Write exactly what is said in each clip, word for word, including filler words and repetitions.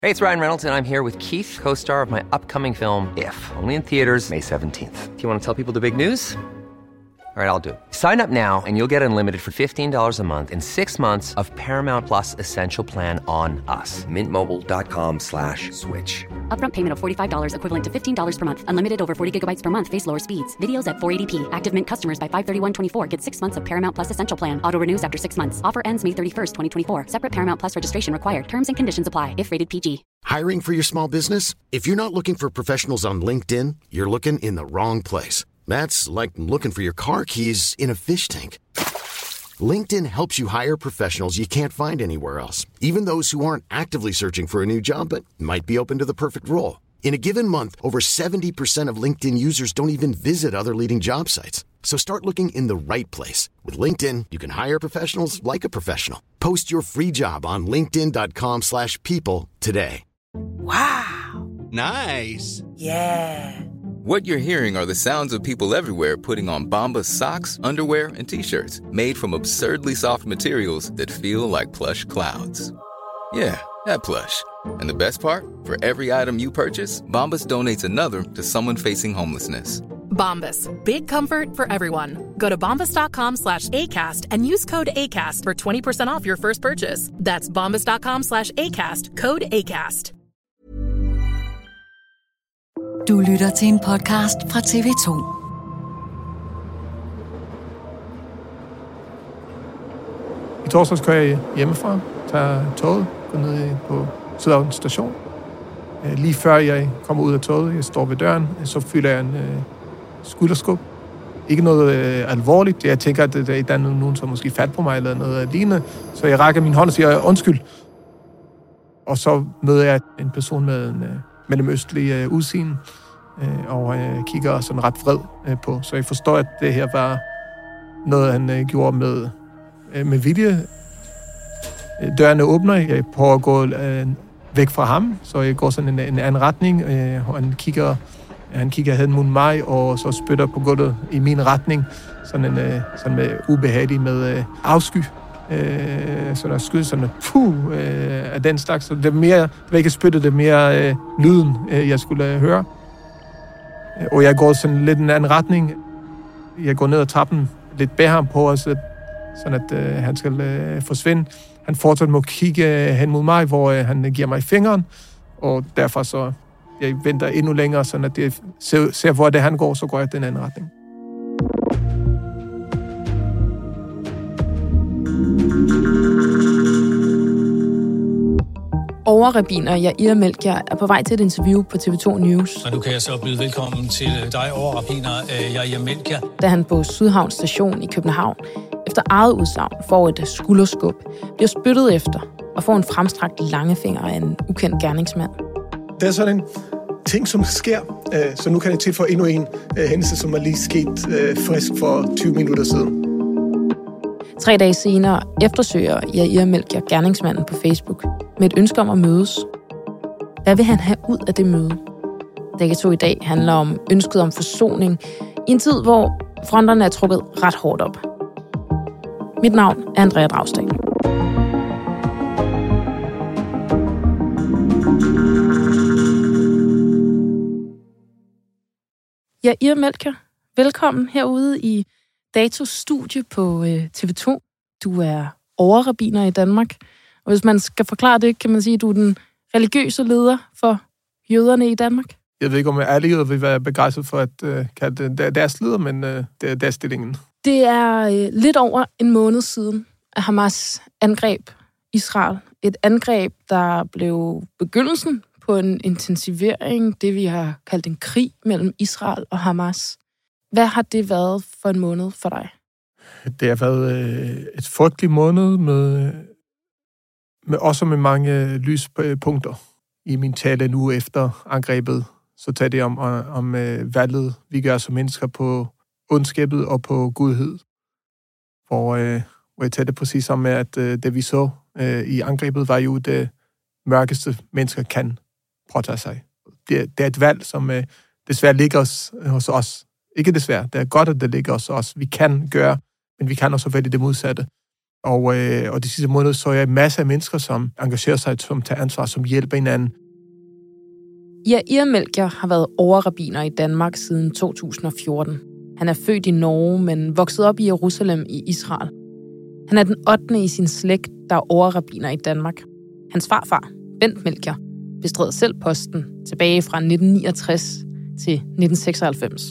Hey, it's Ryan Reynolds, and I'm here with Keith, co-star of my upcoming film, If, only in theaters May seventeenth. Do you want to tell people the big news? All right, I'll do it. Sign up now and you'll get unlimited for fifteen dollars a month and six months of Paramount Plus Essential Plan on us. Mint Mobile dot com slash switch. Upfront payment of forty-five dollars equivalent to fifteen dollars per month. Unlimited over forty gigabytes per month. Face lower speeds. Videos at four eighty p. Active Mint customers by five thirty-one twenty-four get six months of Paramount Plus Essential Plan. Auto renews after six months. Offer ends May thirty-first, twenty twenty-four. Separate Paramount Plus registration required. Terms and conditions apply if rated P G. Hiring for your small business? If you're not looking for professionals on LinkedIn, you're looking in the wrong place. That's like looking for your car keys in a fish tank. LinkedIn helps you hire professionals you can't find anywhere else, even those who aren't actively searching for a new job but might be open to the perfect role. In a given month, over seventy percent of LinkedIn users don't even visit other leading job sites. So start looking in the right place. With LinkedIn, you can hire professionals like a professional. Post your free job on linkedin dot com slash people today. Wow. Nice. Yeah. What you're hearing are the sounds of people everywhere putting on Bombas socks, underwear, and T-shirts made from absurdly soft materials that feel like plush clouds. Yeah, that plush. And the best part? For every item you purchase, Bombas donates another to someone facing homelessness. Bombas. Big comfort for everyone. Go to bombas dot com slash ACAST and use code ACAST for twenty percent off your first purchase. That's bombas dot com slash ACAST. Code ACAST. Du lytter til en podcast fra T V to. I torsdags kører jeg hjemmefra, tager toget, går ned på Sydhavn station. Lige før jeg kommer ud af toget, jeg står ved døren, så fylder jeg en øh, skulderskub. Ikke noget øh, alvorligt. Jeg tænker, at der er nogen, som måske fat på mig eller noget lignende. Så jeg rækker min hånd og siger undskyld. Og så møder jeg en person med en øh, mellemøstlig øh, udseende, øh, og øh, kigger sådan ret vred øh, på. Så jeg forstår, at det her var noget, han øh, gjorde med, øh, med vilje. Dørene åbner, jeg prøver at gå øh, væk fra ham, så jeg går sådan en, en anden retning, øh, og han kigger, han kigger hen mod mig, og så spytter på gulvet i min retning, sådan en øh, sådan med ubehagelig med øh, afsky. Øh, sådan en skud, sådan en puh øh, af den slags. Så det er mere, det var ikke spyttet, det er mere øh, lyden, øh, jeg skulle øh, høre. Og jeg går sådan lidt en anden retning. Jeg går ned ad trappen, lidt bag ham på, så, sådan at øh, han skal øh, forsvinde. Han fortsætter med at kigge hen mod mig, hvor øh, han giver mig fingeren, og derfor så jeg venter endnu længere, sådan at jeg ser, ser hvor det han går, så går jeg den anden retning. Overrabbiner Yair Melchior er på vej til et interview på T V to News. Og nu kan jeg så byde velkommen til dig, overrabbiner Yair Melchior. Da han på Sydhavn station i København efter eget udsagn får et skulderskub, bliver spyttet efter og får en fremstrakt langefinger af en ukendt gerningsmand. Det er sådan en ting, som sker, så nu kan jeg tilføje endnu en hændelse, som er lige sket frisk for tyve minutter siden. Tre dage senere eftersøger Yair Melchior gerningsmanden på Facebook med et ønske om at mødes. Hvad vil han have ud af det møde? Dække to i dag handler om ønsket om forsoning i en tid, hvor fronterne er trukket ret hårdt op. Mit navn er Andrea Dragsdahl. Yair Melchior, velkommen herude i Datos studie på øh, T V to. Du er overrabbiner i Danmark. Og hvis man skal forklare det, kan man sige, at du er den religiøse leder for jøderne i Danmark. Jeg ved ikke, om alle jøder vil være begejstret for at øh, kalde det deres leder, men øh, det er deres stillingen. Det er øh, lidt over en måned siden, at Hamas angreb Israel. Et angreb, der blev begyndelsen på en intensivering, det vi har kaldt en krig mellem Israel og Hamas. Hvad har det været for en måned for dig? Det har været øh, et frygteligt måned, med, med også med mange lyspunkter. I min tale nu efter angrebet, så tager det om, om øh, valget, vi gør som mennesker på ondskabet og på godhed. Hvor, øh, hvor jeg tager det præcis om med, at øh, det vi så øh, i angrebet, var jo det mørkeste mennesker kan påtage sig. Det, det er et valg, som øh, desværre ligger os, hos os. Ikke desværre, det er godt, at det ligger hos os. Vi kan gøre, men vi kan også vælge det modsatte. Og, øh, og de sidste måneder så jeg masser af mennesker, som engagerer sig, som tager ansvar, som hjælper hinanden. Yair Melchior har været overrabbiner i Danmark siden to tusind og fjorten. Han er født i Norge, men vokset op i Jerusalem i Israel. Han er den ottende i sin slægt, der er overrabbiner i Danmark. Hans farfar, Bent Melchior, bestred selv posten tilbage fra nitten niogtres til nitten seksoghalvfems.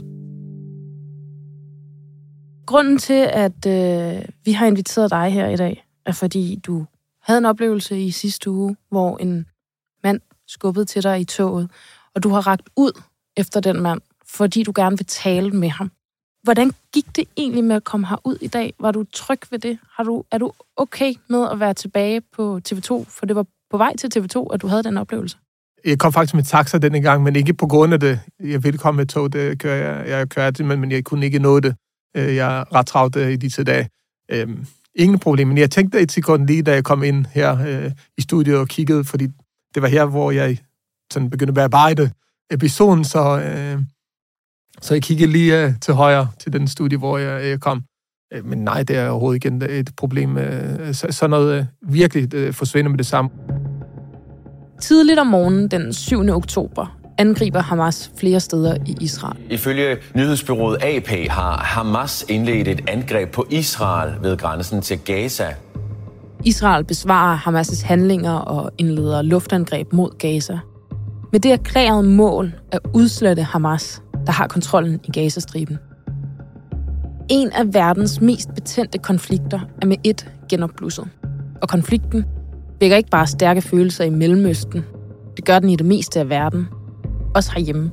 Grunden til, at øh, vi har inviteret dig her i dag, er fordi du havde en oplevelse i sidste uge, hvor en mand skubbede til dig i toget, og du har rakt ud efter den mand, fordi du gerne vil tale med ham. Hvordan gik det egentlig med at komme herud i dag? Var du tryg ved det? Har du, er du okay med at være tilbage på T V to? For det var på vej til T V to, at du havde den oplevelse. Jeg kom faktisk med taxa denne gang, men ikke på grund af det. Jeg ville komme med tog, det kører jeg. Jeg kører altid, men jeg kunne ikke nå det. Jeg er ret travlt i disse dage. Øhm, ingen problem, men jeg tænkte et sekund lige, da jeg kom ind her øh, i studiet og kiggede, fordi det var her, hvor jeg sådan begyndte at bearbejde episoden, så, øh, så jeg kiggede lige øh, til højre til den studie, hvor jeg, jeg kom. Øh, men nej, det er overhovedet ikke et problem. Øh, så, sådan noget øh, virkelig øh, forsvinder med det samme. Tidligt om morgenen den syvende oktober angriber Hamas flere steder i Israel. Ifølge nyhedsbyrået A P har Hamas indledt et angreb på Israel ved grænsen til Gaza. Israel besvarer Hamas' handlinger og indleder luftangreb mod Gaza. Med det erklærede mål at udslette Hamas, der har kontrollen i Gazastriben. En af verdens mest betændte konflikter er med ét genopblusset. Og konflikten vækker ikke bare stærke følelser i Mellemøsten. Det gør den i det meste af verden. Også herhjemme.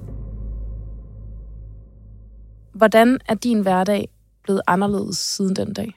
Hvordan er din hverdag blevet anderledes siden den dag?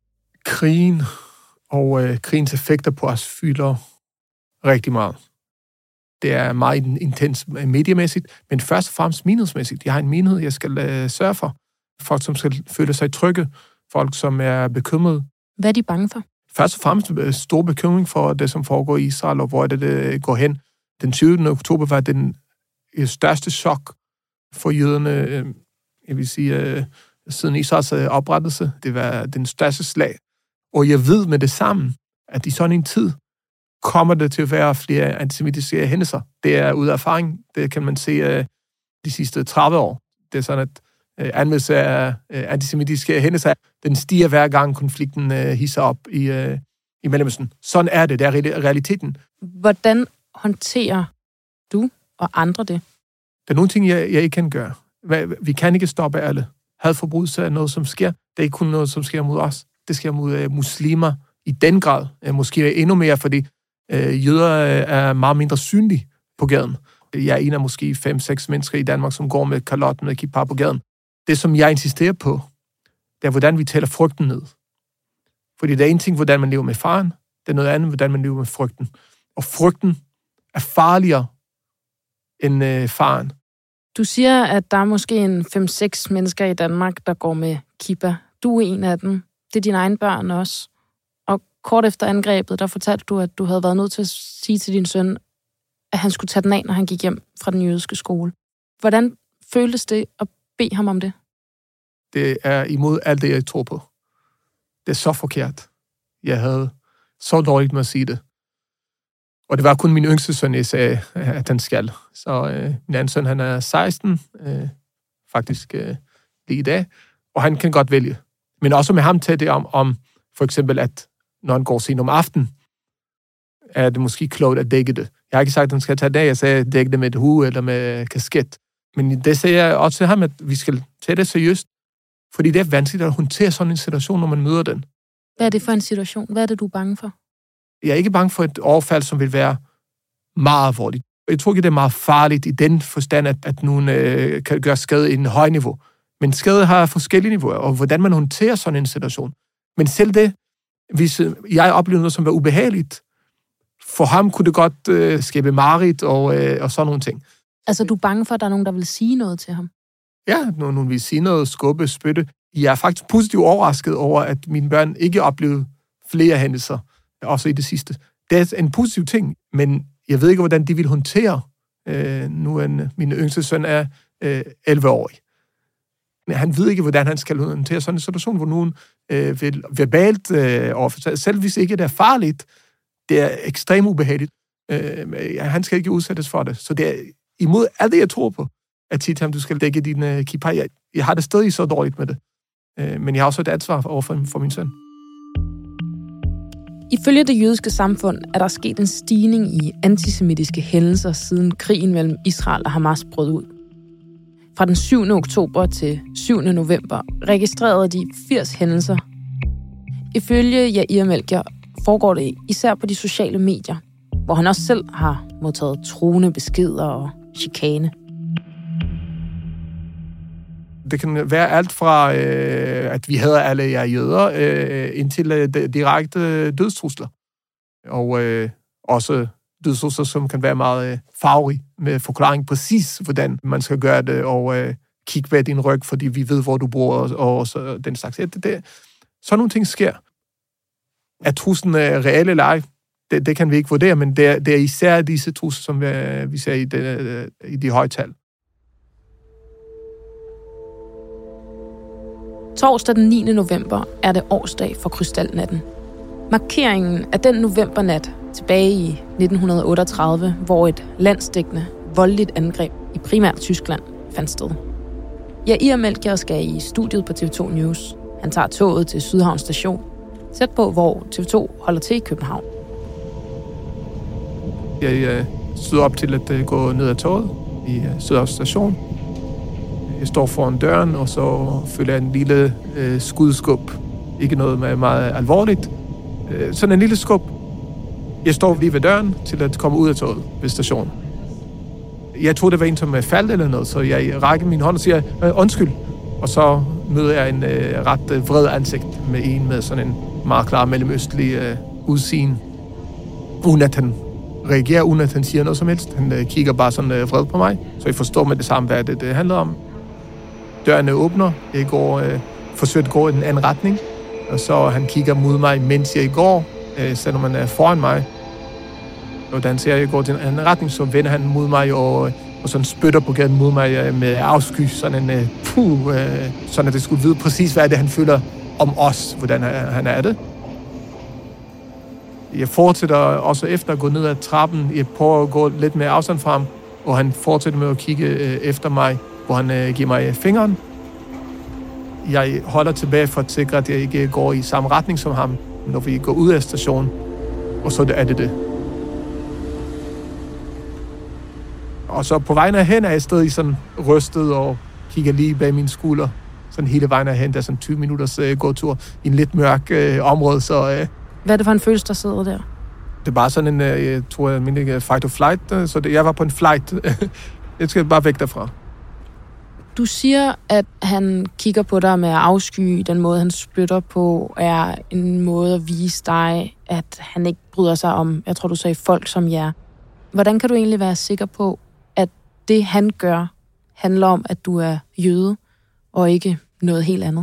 Krigen og øh, krigens effekter på os fylder rigtig meget. Det er meget intens mediemæssigt, men først og fremmest minusmæssigt. Jeg har en menighed, jeg skal øh, sørge for. Folk, som skal føle sig trygge. Folk, som er bekymrede. Hvad er de bange for? Først og fremmest stor bekymring for det, som foregår i Israel, og hvor det, det går hen. Den tyvende oktober var den største chok for jøderne, jeg vil sige, siden Israels oprettelse. Det var den største slag. Og jeg ved med det samme, at i sådan en tid kommer det til at være flere antisemitiske hændelser. Det er ud af erfaring. Det kan man se de sidste tredive år. Det er sådan, at anmeldelse af antisemitiske hændelser, den stiger hver gang konflikten hisser op i, i Mellemøsten. Sådan er det. Det er realiteten. Hvordan håndterer du og andre det? Der er nogle ting, jeg, jeg ikke kan gøre. Vi kan ikke stoppe alle. Hadforbrydelser er noget, som sker. Det er ikke kun noget, som sker mod os. Det sker mod uh, muslimer i den grad. Uh, måske endnu mere, fordi uh, jøder er meget mindre synlige på gaden. Jeg er en af måske fem-seks mennesker i Danmark, som går med kalot med kippah på gaden. Det, som jeg insisterer på, det er, hvordan vi taler frygten ned. Fordi det er en ting, hvordan man lever med faren. Det er noget andet, hvordan man lever med frygten. Og frygten er farligere end øh, faren. Du siger, at der er måske en fem-seks mennesker i Danmark, der går med kippah. Du er en af dem. Det er dine egne børn også. Og kort efter angrebet, der fortalte du, at du havde været nødt til at sige til din søn, at han skulle tage den af, når han gik hjem fra den jødiske skole. Hvordan føltes det at bede ham om det? Det er imod alt det, jeg tror på. Det er så forkert. Jeg havde så dårligt med at sige det. Og det var kun min yngste søn, jeg sagde, at han skal. Så øh, min anden søn, han er seksten, øh, faktisk øh, lige i dag, og han kan godt vælge. Men også med ham tage det om, om for eksempel, at når han går sent om aftenen, er det måske klogt at dække det. Jeg har ikke sagt, at han skal tage det af. Jeg sagde, at dække det med et hue eller med kasket. Men det sagde jeg også til ham, at vi skal tage det seriøst. Fordi det er vanskeligt at håndtere sådan en situation, når man møder den. Hvad er det for en situation? Hvad er det, du er bange for? Jeg er ikke bange for et overfald, som vil være meget alvorligt. Jeg tror ikke, det er meget farligt i den forstand, at, at nogen øh, kan gøre skade i en høj niveau. Men skade har forskellige niveauer, og hvordan man håndterer sådan en situation. Men selv det, hvis jeg oplevede noget, som var ubehageligt, for ham kunne det godt øh, skabe mareridt og, øh, og sådan nogle ting. Altså, du er bange for, at der er nogen, der vil sige noget til ham? Ja, når nogen vil sige noget, skubbe, spytte. Jeg er faktisk positivt overrasket over, at mine børn ikke oplevede flere hændelser, også i det sidste. Det er en positiv ting, men jeg ved ikke, hvordan de vil håndtere. Øh, nu er min yngste søn er øh, elleve år. Han ved ikke, hvordan han skal håndtere sådan en situation, hvor nogen øh, vil verbalt øh, overfor, selv hvis ikke det er farligt, det er ekstremt ubehageligt. Øh, han skal ikke udsættes for det. Så det er imod alt det, jeg tror på, at sige til ham, du skal dække din øh, kippah. Jeg, jeg har det stadig så dårligt med det. Øh, men jeg har også et ansvar over for, for min søn. Ifølge det jødiske samfund er der sket en stigning i antisemitiske hændelser siden krigen mellem Israel og Hamas brød ud. Fra den syvende oktober til syvende november registrerede de firs hændelser. Ifølge Yair Melchior foregår det især på de sociale medier, hvor han også selv har modtaget truende beskeder og chikane. Det kan være alt fra, øh, at vi hader alle jer jøder, øh, indtil øh, direkte dødstrusler. Og øh, også dødstrusler, som kan være meget øh, farverige, med forklaring præcis, hvordan man skal gøre det, og øh, kigge bag din ryg, fordi vi ved, hvor du bor, og, og så, den slags. Det, det, sådan nogle ting sker. At truslen er reelle eller ej, det, det kan vi ikke vurdere, men det er, det er især disse trusler, som vi, vi ser i, det, i de høje tal. Torsdag den niende november er det årsdag for krystalnatten. Markeringen af den novembernat tilbage i nitten otteogtredive, hvor et landsdækkende, voldeligt angreb i primært Tyskland fandt sted. Yair Melchior skal i studiet på T V to News. Han tager toget til Sydhavn Station, tæt på, hvor T V to holder til i København. Jeg stod op til at gå ned ad toget i Sydhavn Station. Jeg står foran døren, og så føler jeg en lille øh, skudskub. Ikke noget meget, meget alvorligt. Øh, sådan en lille skub. Jeg står lige ved døren til at komme ud af toget ved stationen. Jeg troede, det var en, som faldt eller noget, så jeg rækker min hånd og siger, øh, undskyld. Og så møder jeg en øh, ret øh, vred ansigt med en med sådan en meget klar mellemøstlig øh, udseende. Uden at han reagerer, uden at han siger noget som helst. Han øh, kigger bare sådan øh, vred på mig, så jeg forstår med det samme, hvad det, det handler om. Dørene åbner. Jeg går, øh, forsøger at gå i den anden retning. Og så han kigger mod mig, mens jeg går, øh, selvom han er foran mig. Og da han ser, at jeg går til en anden retning, så vender han mod mig og, og sådan spytter på gaden mod mig øh, med afsky. Sådan en øh, puh, øh, sådan at det skulle vide præcis, hvad det han føler om os, hvordan han er det. Jeg fortsætter også efter at gå ned ad trappen. Jeg prøver at gå lidt mere afstand fra ham, og han fortsætter med at kigge øh, efter mig, hvor han øh, giver mig fingeren. Jeg holder tilbage for at sikre, at jeg ikke går i samme retning som ham, når vi går ud af stationen, og så er det det. Og så på vejen herhen er jeg stadig sådan rystet og kigger lige bag mine skulder. Sådan hele vejen herhen, der er sådan tyve minutters øh, gåtur i en lidt mørk øh, område, så... Øh, Hvad er det for en følelse, der sidder der? Det er bare sådan en, øh, jeg tror, jeg mindre fight or flight, øh, så det, jeg var på en flight. Jeg skal bare væk derfra. Du siger, at han kigger på dig med afsky. Den måde, han spytter på, er en måde at vise dig, at han ikke bryder sig om, jeg tror, du sagde, folk som jer. Hvordan kan du egentlig være sikker på, at det, han gør, handler om, at du er jøde, og ikke noget helt andet?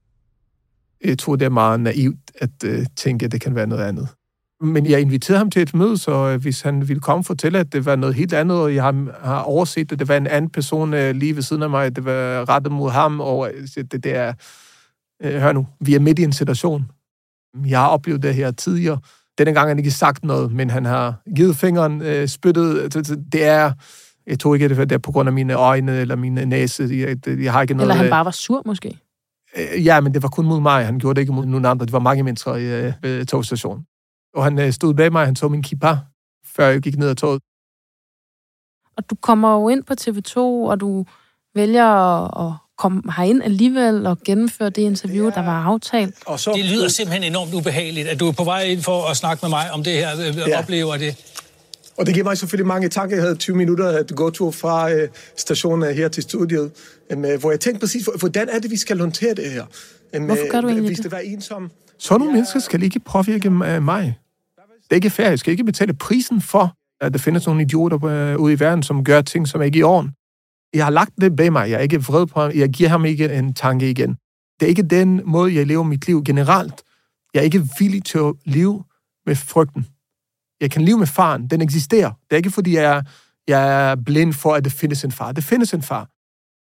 Jeg tror, det er meget naivt at uh, tænke, at det kan være noget andet. Men jeg inviterede ham til et møde, så hvis han ville komme og fortælle, at det var noget helt andet, og jeg har overset, at det var en anden person lige ved siden af mig, det var rettet mod ham, og det der... Hør nu, vi er midt i en situation. Jeg har oplevet det her tidligere. Denne gang har han ikke sagt noget, men han har givet fingeren, spyttet. Det er... Jeg tror ikke, det er på grund af mine øjne eller mine næse. Jeg, jeg har ikke noget... Eller han bare var sur, måske? Ja, men det var kun mod mig. Han gjorde det ikke mod nogen andre. Det var mange mennesker i ved togstationen. Og han stod bag mig, han tog min kippah, før jeg gik ned ad toget. Og du kommer jo ind på T V to, og du vælger at komme herind alligevel og gennemføre det interview, ja. Der var aftalt. Og så... Det lyder simpelthen enormt ubehageligt, at du er på vej ind for at snakke med mig om det her, ja. Oplever det. Og det giver mig selvfølgelig mange tanker. Jeg havde tyve minutter at gå tur fra øh, stationen her til studiet, øh, hvor jeg tænkte præcis, hvordan er det, vi skal håndtere det her? Øh, Hvorfor gør du egentlig hvis det? det var ensom... Så nogle ja. mennesker skal ikke påvirke mig. Det er ikke fair. Jeg skal ikke betale prisen for, at der findes nogle idioter ude i verden, som gør ting, som er ikke i orden. Jeg har lagt det bag mig. Jeg er ikke vred på ham. Jeg giver ham ikke en tanke igen. Det er ikke den måde, jeg lever mit liv generelt. Jeg er ikke villig til at leve med frygten. Jeg kan leve med faren. Den eksisterer. Det er ikke, fordi jeg er, jeg er blind for, at det findes en far. Det findes en far.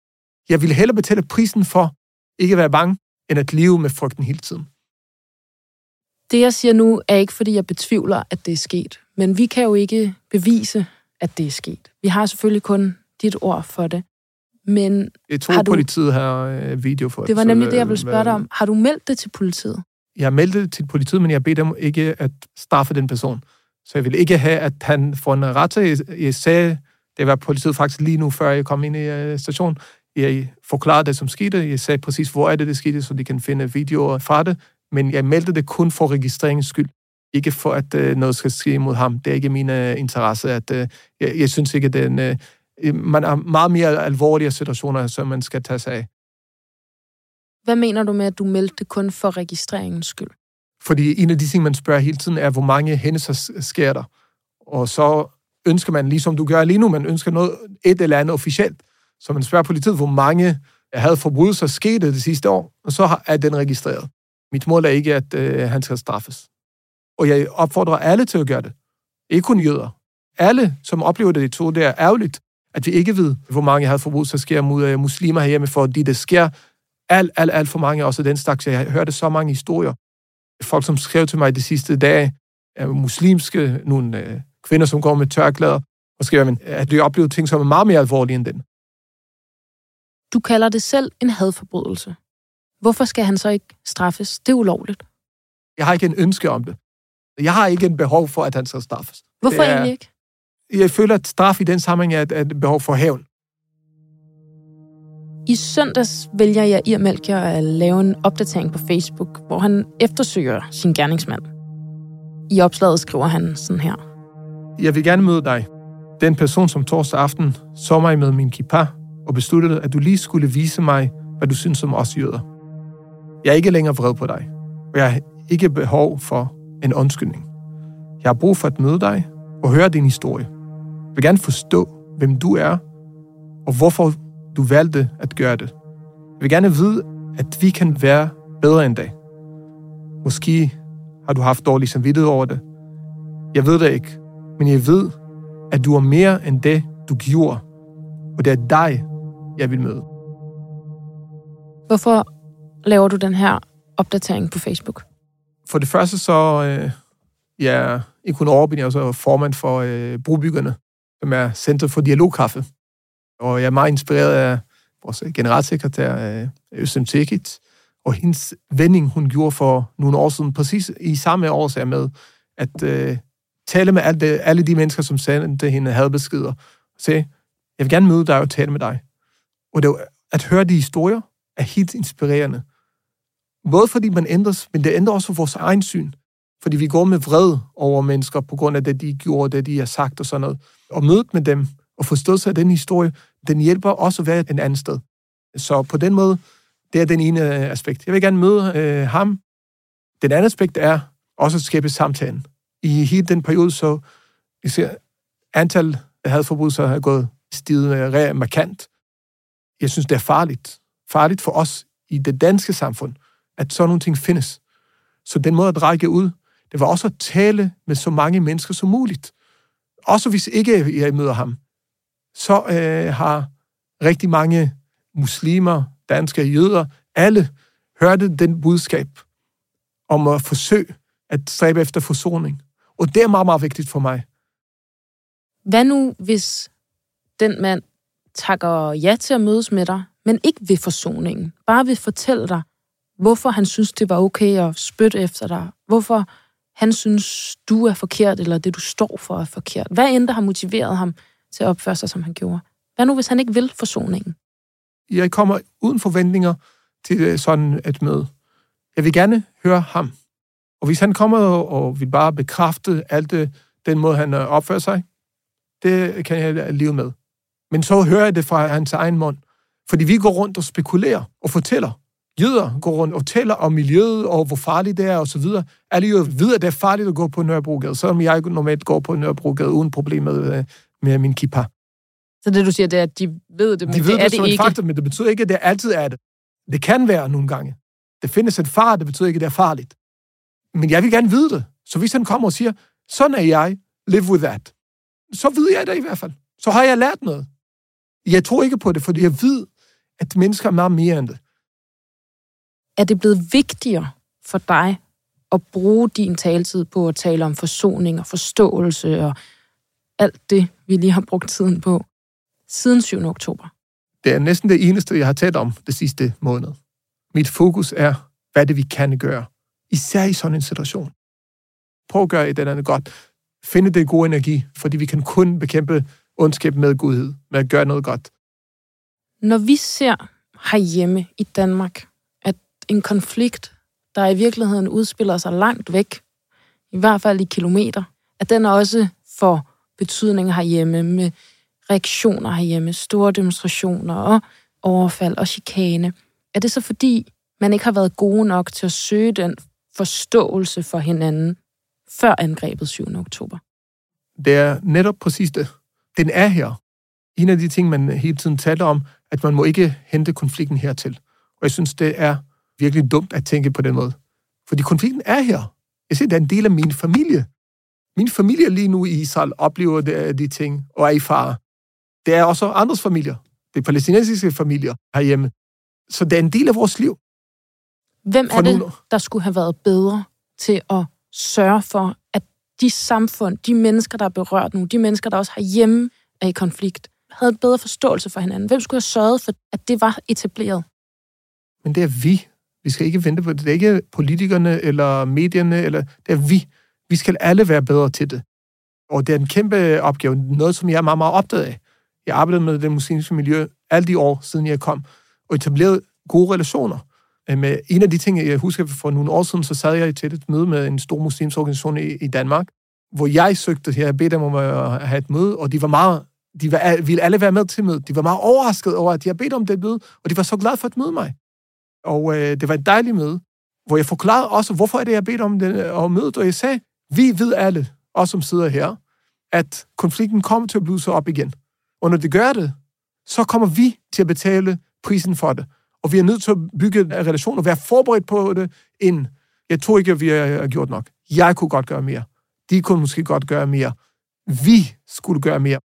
Jeg ville hellere betale prisen for ikke at være bange, end at leve med frygten hele tiden. Det, jeg siger nu, er ikke, fordi jeg betvivler, at det er sket. Men vi kan jo ikke bevise, at det er sket. Vi har selvfølgelig kun dit ord for det. Men jeg tror, du... politiet har video for det. Det var nemlig det, jeg ville spørge dig om. Har du meldt det til politiet? Jeg har meldt det til politiet, men jeg beder dem ikke at straffe den person. Så jeg vil ikke have, at han får en retssag. Jeg sagde, det var politiet faktisk lige nu, før jeg kom ind i stationen. Jeg forklarede det, som skete. Jeg sagde præcis, hvor er det, det skete, så de kan finde videoer fra det. Men jeg meldte det kun for registreringens skyld. Ikke for, at uh, noget skal ske mod ham. Det er ikke min uh, interesse. At, uh, jeg, jeg synes ikke, at den, uh, man har meget mere alvorlige situationer, som man skal tage sig af. Hvad mener du med, at du meldte det kun for registreringens skyld? Fordi en af de ting, man spørger hele tiden, er, hvor mange hændelser sker der. Og så ønsker man, ligesom du gør lige nu, man ønsker noget, et eller andet officielt. Så man spørger politiet, hvor mange havde forbrydelser skete det sidste år, og så er den registreret. Mit mål er ikke, at øh, han skal straffes. Og jeg opfordrer alle til at gøre det. Ikke kun jøder. Alle, som oplever det, to, det er ærgerligt, at vi ikke ved, hvor mange havde forbrydelser sker mod øh, muslimer herhjemme, fordi det sker alt, alt, alt for mange, også den slags. Jeg hørte så mange historier. Folk, som skrev til mig de sidste dage, er muslimske, nogle øh, kvinder, som går med tørklæder, og skriver, at de oplever ting, som er meget mere alvorlige end den. Du kalder det selv en hadforbrydelse. Hvorfor skal han så ikke straffes? Det er ulovligt. Jeg har ikke en ønske om det. Jeg har ikke en behov for, at han skal straffes. Hvorfor er, egentlig ikke? Jeg føler, at straf i den sammenhæng er et behov for hævn. I søndags vælger jeg Yair Melchior at lave en opdatering på Facebook, hvor han eftersøger sin gerningsmand. I opslaget skriver han sådan her. Jeg vil gerne møde dig. Den person, som torsdag aften så mig med min kippa og besluttede, at du lige skulle vise mig, hvad du synes om os jøder. Jeg er ikke længere vred på dig, og jeg har ikke behov for en undskyldning. Jeg har brug for at møde dig og høre din historie. Jeg vil gerne forstå, hvem du er, og hvorfor du valgte at gøre det. Jeg vil gerne vide, at vi kan være bedre end dag. Måske har du haft dårlig samvittighed over det. Jeg ved det ikke, men jeg ved, at du er mere end det, du gjorde, og det er dig, jeg vil møde. Hvorfor laver du den her opdatering på Facebook? For det første så, øh, jeg er ikke kun overbygning, jeg er også formand for øh, Brobyggerne, som er Center for Dialogkaffe. Og jeg er meget inspireret af vores generalsekretær, øh, Özlem Cekic, og hendes vending, hun gjorde for nogle år siden, præcis i samme årsag med, at øh, tale med alle, alle de mennesker, som sendte hende hadbeskeder, og sagde, jeg vil gerne møde dig og tale med dig. Og det, at høre de historier er helt inspirerende. Både fordi man ændres, men det ændrer også vores egen syn. Fordi vi går med vred over mennesker på grund af det, de gjorde, det, de har sagt og sådan noget. Og mødet med dem og forståelse af den historie, den hjælper også at være et andet sted. Så på den måde, det er den ene aspekt. Jeg vil gerne møde øh, ham. Den anden aspekt er også at skabe samtalen. I hele den periode, så jeg ser, antal hadforbrydelser har gået stiget markant. Jeg synes, det er farligt. Farligt for os i det danske samfund, at sådan nogle ting findes. Så den måde at række ud, det var også at tale med så mange mennesker som muligt. Også hvis ikke jeg møder ham, så øh, har rigtig mange muslimer, danske jøder, alle hørte den budskab om at forsøge at stræbe efter forsoning. Og det er meget, meget vigtigt for mig. Hvad nu, hvis den mand takker ja til at mødes med dig, men ikke ved forsoningen, bare vil fortælle dig, hvorfor han synes, det var okay at spytte efter dig, hvorfor han synes, du er forkert, eller det, du står for, er forkert. Hvad end der har motiveret ham til at opføre sig, som han gjorde? Hvad nu, hvis han ikke vil forsoningen? Jeg kommer uden forventninger til sådan et møde. Jeg vil gerne høre ham. Og hvis han kommer og vil bare bekræfte alt det, den måde, han opfører sig, det kan jeg leve med. Men så hører jeg det fra hans egen mund. Fordi vi går rundt og spekulerer og fortæller. Jøder går rundt og fortæller om miljøet og hvor farligt det er og så videre. Alle jøder ved, at det er farligt at gå på Nørrebrogade, selvom jeg normalt går på Nørrebrogade uden problemer med, med min kippa. Så det, du siger, det er, at de ved det, men de det ved er det, det ikke? Faktum, men det betyder ikke, at det altid er det. Det kan være nogle gange. Det findes en far, det betyder ikke, at det er farligt. Men jeg vil gerne vide det. Så hvis han kommer og siger, sådan er jeg, live with that, så ved jeg det i hvert fald. Så har jeg lært noget. Jeg tror ikke på det, fordi jeg ved, at mennesker er meget mere end det. Er det blevet vigtigere for dig at bruge din taletid på at tale om forsoning og forståelse og alt det, vi lige har brugt tiden på siden syvende oktober? Det er næsten det eneste, jeg har talt om det sidste måned. Mit fokus er, hvad det vi kan gøre. Især i sådan en situation. Prøv at gøre et eller andet godt. Finde det gode energi, fordi vi kan kun bekæmpe ondskab med godhed, med at gøre noget godt. Når vi ser herhjemme i Danmark, at en konflikt, der i virkeligheden udspiller sig langt væk, i hvert fald i kilometer, at den også får betydning herhjemme med reaktioner herhjemme, store demonstrationer og overfald og chikane. Er det så fordi, man ikke har været gode nok til at søge den forståelse for hinanden før angrebet syvende oktober? Det er netop præcis det. Den er her. En af de ting, man hele tiden taler om, at man må ikke hente konflikten hertil. Og jeg synes, det er virkelig dumt at tænke på den måde. Fordi konflikten er her. Jeg siger, det er en del af min familie. Min familie lige nu i Israel oplever de, de ting og er i fare. Det er også andres familier. Det er palæstinensiske familier herhjemme. Så det er en del af vores liv. Hvem er det, der skulle have været bedre til at sørge for, at de samfund, de mennesker, der er berørt nu, de mennesker, der også herhjemme er i konflikt, havde en bedre forståelse for hinanden? Hvem skulle have sørget for, at det var etableret? Men det er vi. Vi skal ikke vente på det. Det er ikke politikerne eller medierne, eller det er vi. Vi skal alle være bedre til det. Og det er en kæmpe opgave. Noget, som jeg er meget, meget optaget af. Jeg arbejdede med det muslimske miljø alle de år, siden jeg kom, og etablerede gode relationer. Med en af de ting, jeg husker for nogle år siden, så sad jeg til et møde med en stor muslimsk organisation i, i Danmark, hvor jeg søgte her, jeg bedte dem om at have et møde, og de var meget, de var, ville alle være med til mødet. De var meget overrasket over, at jeg bedte om det møde, og de var så glade for at møde mig. Og øh, det var et dejligt møde, hvor jeg forklarede også, hvorfor er det, jeg bedte om det om mødet, og jeg sagde, vi ved alle, os som sidder her, at konflikten kommer til at bluse op igen. Og når det gør det, så kommer vi til at betale prisen for det. Og vi er nødt til at bygge en relation og være forberedt på det, inden. Jeg tror ikke, at vi har gjort nok. Jeg kunne godt gøre mere. De kunne måske godt gøre mere. Vi skulle gøre mere.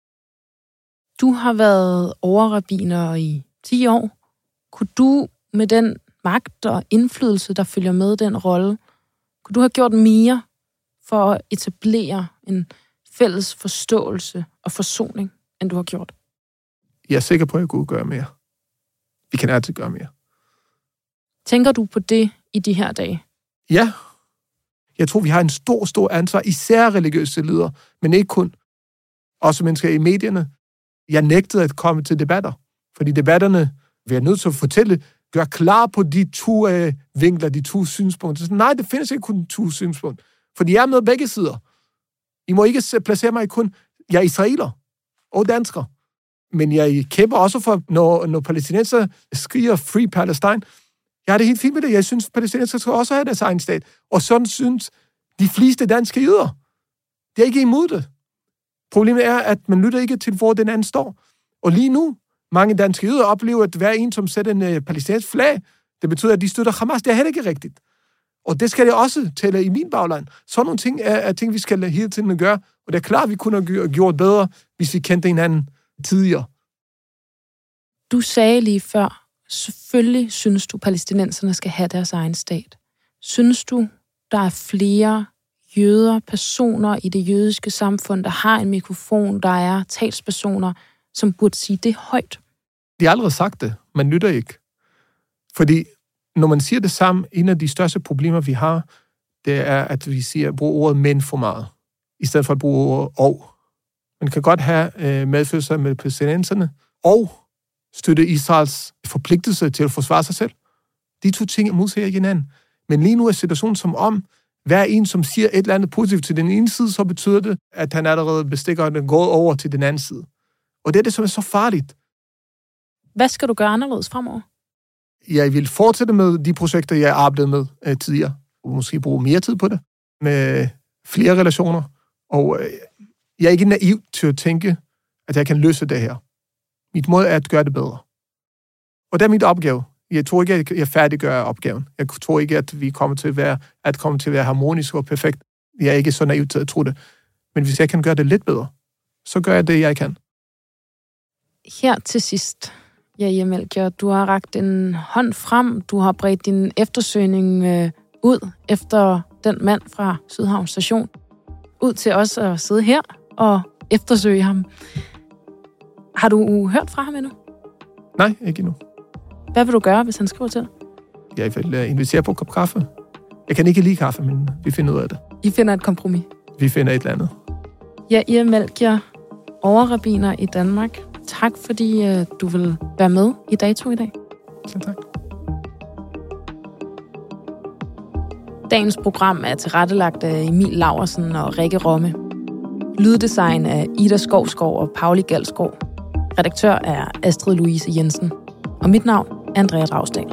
Du har været overrabbiner i ti år. Kunne du med den magt og indflydelse, der følger med den rolle, kunne du have gjort mere for at etablere en fælles forståelse og forsoning, end du har gjort? Jeg er sikker på, at jeg kunne gøre mere. Vi kan altid gøre mere. Tænker du på det i de her dage? Ja. Jeg tror, vi har en stor, stor ansvar, især religiøse ledere, men ikke kun. Også mennesker i medierne. Jeg nægtede at komme til debatter, fordi debatterne vil jeg nødt til at fortælle, gør klar på de to øh, vinkler, de to synspunkter. Så, nej, det findes ikke kun to synspunkter, fordi jeg er med begge sider. I må ikke placere mig kun, jeg er israeler og dansker. Men jeg kæmper også for, når, når palæstinenser skriger Free Palestine. Jeg har det helt fint med det. Jeg synes, palæstinenser skal også have deres egen stat. Og sådan synes de fleste danske jøder. De er ikke imod det. Problemet er, at man lytter ikke til, hvor den anden står. Og lige nu, mange danske jøder oplever, at hver en, som sætter en uh, palæstinensk flag, det betyder, at de støtter Hamas. Det er heller ikke rigtigt. Og det skal jeg også tælle i min bagland. Sådan nogle ting er, er ting, vi skal hele tiden gøre. Og det er klart, at vi kunne have gjort bedre, hvis vi kendte hinanden tidligere. Du sagde lige før, selvfølgelig synes du, palæstinenserne skal have deres egen stat. Synes du, der er flere jøder, personer i det jødiske samfund, der har en mikrofon, der er talspersoner, som burde sige det højt? De har aldrig sagt det. Man lytter ikke. Fordi når man siger det samme, en af de største problemer, vi har, det er, at vi siger, bruger ordet mænd for meget, i stedet for at bruge ordet og. Man kan godt have øh, medfølelse med palæstinenserne, og støtte Israels forpligtelse til at forsvare sig selv. De to ting er modsiger ikke hinanden. Men lige nu er situationen som om, hver en, som siger et eller andet positivt til den ene side, så betyder det, at han allerede bestikker den går over til den anden side. Og det er det, som er så farligt. Hvad skal du gøre anderledes fremover? Jeg vil fortsætte med de projekter, jeg arbejdede med uh, tidligere. Og måske bruge mere tid på det. Med flere relationer. Og uh, jeg er ikke naiv til at tænke, at jeg kan løse det her. Mit mål er at gøre det bedre. Og det er mit opgave. Jeg tror ikke, at jeg færdiggør opgaven. Jeg tror ikke, at vi kommer til at være, at komme til at være harmonisk og perfekt. Jeg er ikke så naiv til at tro det. Men hvis jeg kan gøre det lidt bedre, så gør jeg det, jeg kan. Her til sidst. Ja, Melchior, du har rakt en hånd frem. Du har bredt din eftersøgning øh, ud efter den mand fra Sydhavn Station. Ud til os at sidde her og eftersøge ham. Har du hørt fra ham endnu? Nej, ikke endnu. Hvad vil du gøre, hvis han skriver til dig? Jeg vil uh, invitere på en kop kaffe. Jeg kan ikke lide kaffe, men vi finder ud af det. I finder et kompromis? Vi finder et eller andet. Jair Melchior, overrabbiner i Danmark. Tak, fordi uh, du vil være med i Dato i dag. Ja, tak. Dagens program er tilrettelagt af Emil Laursen og Rikke Romme. Lyddesign af Ida Skovskov og Pauli Galskov. Redaktør er Astrid Louise Jensen. Og mit navn er Andrea Dragsdal.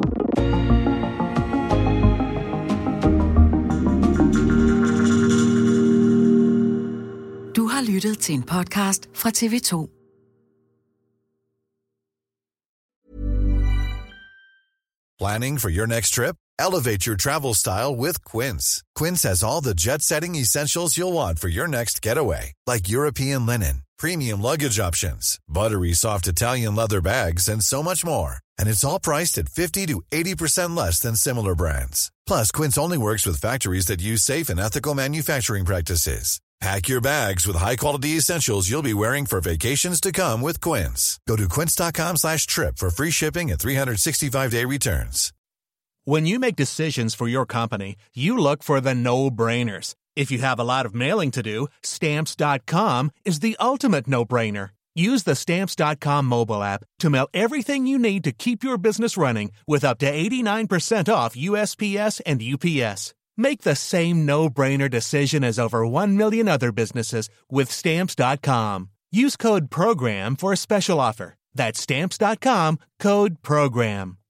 Du har lyttet til en podcast fra T V to. Planning for your next trip? Elevate your travel style with Quince. Quince has all the jet-setting essentials you'll want for your next getaway, like European linen, premium luggage options, buttery soft Italian leather bags, and so much more. And it's all priced at fifty to eighty percent less than similar brands. Plus, Quince only works with factories that use safe and ethical manufacturing practices. Pack your bags with high-quality essentials you'll be wearing for vacations to come with Quince. Go to quince.com slash trip for free shipping and three sixty-five day returns. When you make decisions for your company, you look for the no-brainers. If you have a lot of mailing to do, Stamps dot com is the ultimate no-brainer. Use the Stamps dot com mobile app to mail everything you need to keep your business running with up to eighty-nine percent off U S P S and U P S. Make the same no-brainer decision as over one million other businesses with Stamps dot com. Use code PROGRAM for a special offer. That's Stamps dot com, code PROGRAM.